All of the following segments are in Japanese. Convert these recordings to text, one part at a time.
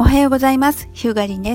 はようございます。ヒューガリンです。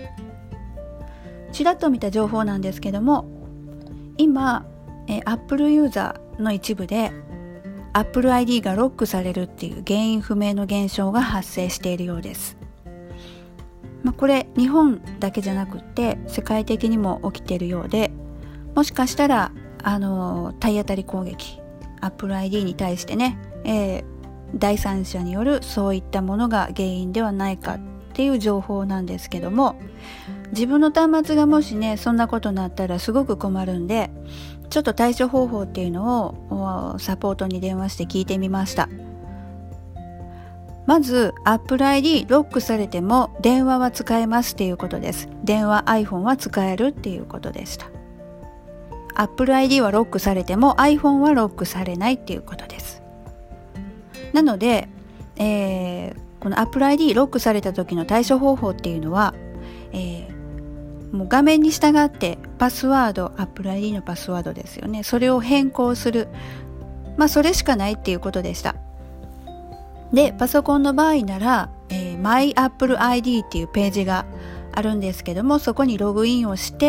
ちらっと見た情報なんですけども、今Apple ユーザーの一部で Apple ID がロックされるっていう原因不明の現象が発生しているようです。これ日本だけじゃなくって世界的にも起きているようで、もしかしたら体当たり攻撃 Apple ID に対してね、第三者によるそういったものが原因ではないかっていう情報なんですけども、自分の端末がもしねそんなことになったらすごく困るんで、ちょっと対処方法っていうのをサポートに電話して聞いてみました。まず Apple ID ロックされても電話は使えますっていうことです。電話 iPhone は使えるっていうことでした。 Apple ID はロックされても iPhone はロックされないっていうことです。なので、この Apple ID ロックされた時の対処方法っていうのは、もう画面に従ってパスワード Apple ID のパスワードですよね、それを変更する、それしかないっていうことでした。でパソコンの場合なら、My Apple ID っていうページがあるんですけども、そこにログインをして、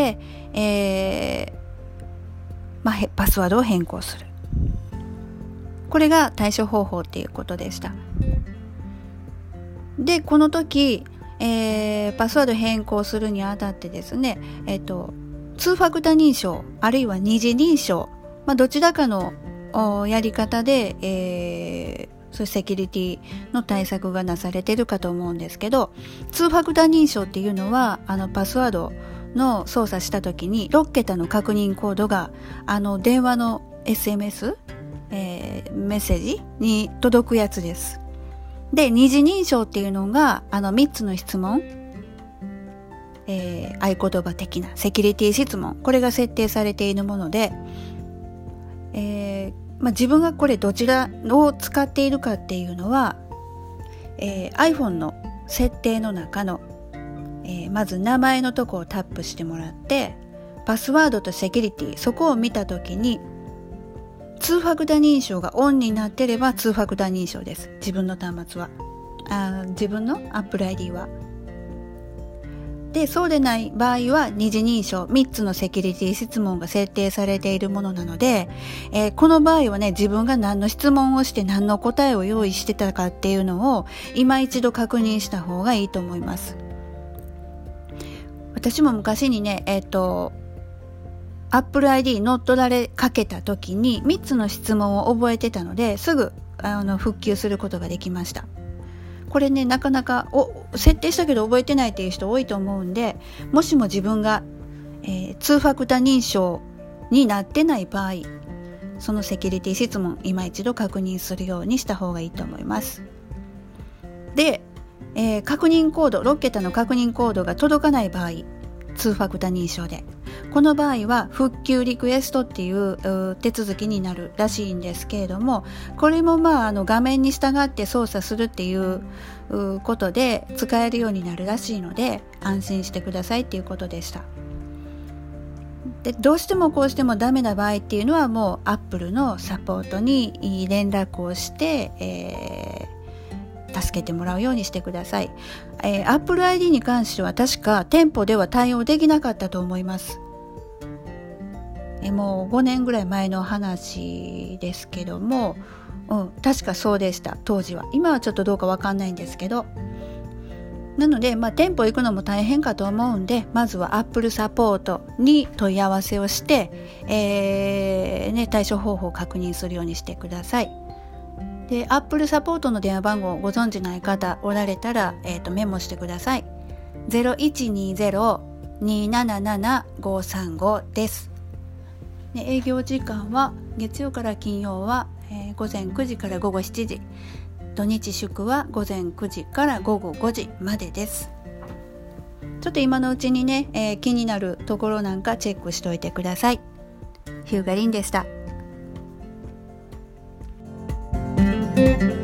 パスワードを変更する、これが対処方法っていうことでした。でこの時、パスワード変更するにあたってですね、2ファクタ認証あるいは二次認証、どちらかのやり方で、そういうセキュリティの対策がなされているかと思うんですけど、2ファクタ認証っていうのはパスワードの操作した時に6桁の確認コードが電話の SMS、メッセージに届くやつです。で二次認証っていうのが3つの質問、合言葉的なセキュリティ質問、これが設定されているもので、自分がこれどちらを使っているかっていうのは、iPhone の設定の中の、まず名前のとこをタップしてもらって、パスワードとセキュリティ、そこを見たときに2ファクタ認証がオンになっていれば2ファクタ認証です。自分の端末は自分の Apple ID は。でそうでない場合は二次認証、3つのセキュリティ質問が設定されているものなので、この場合はね、自分が何の質問をして何の答えを用意してたかっていうのを今一度確認した方がいいと思います。私も昔にねApple ID 乗っ取られかけた時に3つの質問を覚えてたので、すぐ復旧することができました。これね、なかなか設定したけど覚えてないっていう人多いと思うんで、もしも自分が、2ファクタ認証になってない場合、そのセキュリティ質問今一度確認するようにした方がいいと思います。で、確認コード6桁の確認コードが届かない場合、2ファクタ認証で、この場合は復旧リクエストっていう手続きになるらしいんですけれども、これも画面に従って操作するっていうことで使えるようになるらしいので、安心してくださいっていうことでした。でどうしてもこうしてもダメな場合っていうのは、もう Apple のサポートに連絡をして、助けてもらうようにしてください。Apple ID に関しては確か店舗では対応できなかったと思います。もう5年ぐらい前の話ですけども、確かそうでした当時は。今はちょっとどうかわかんないんですけど、なので、店舗行くのも大変かと思うんで、まずは Apple サポートに問い合わせをして、対処方法を確認するようにしてください。で Apple サポートの電話番号をご存知ない方おられたら、メモしてください。 0120-277-535 です。で営業時間は月曜から金曜は、午前9時から午後7時、土日祝は午前9時から午後5時までです。ちょっと今のうちにね、気になるところなんかチェックしておいてください。ヒューガリンでした。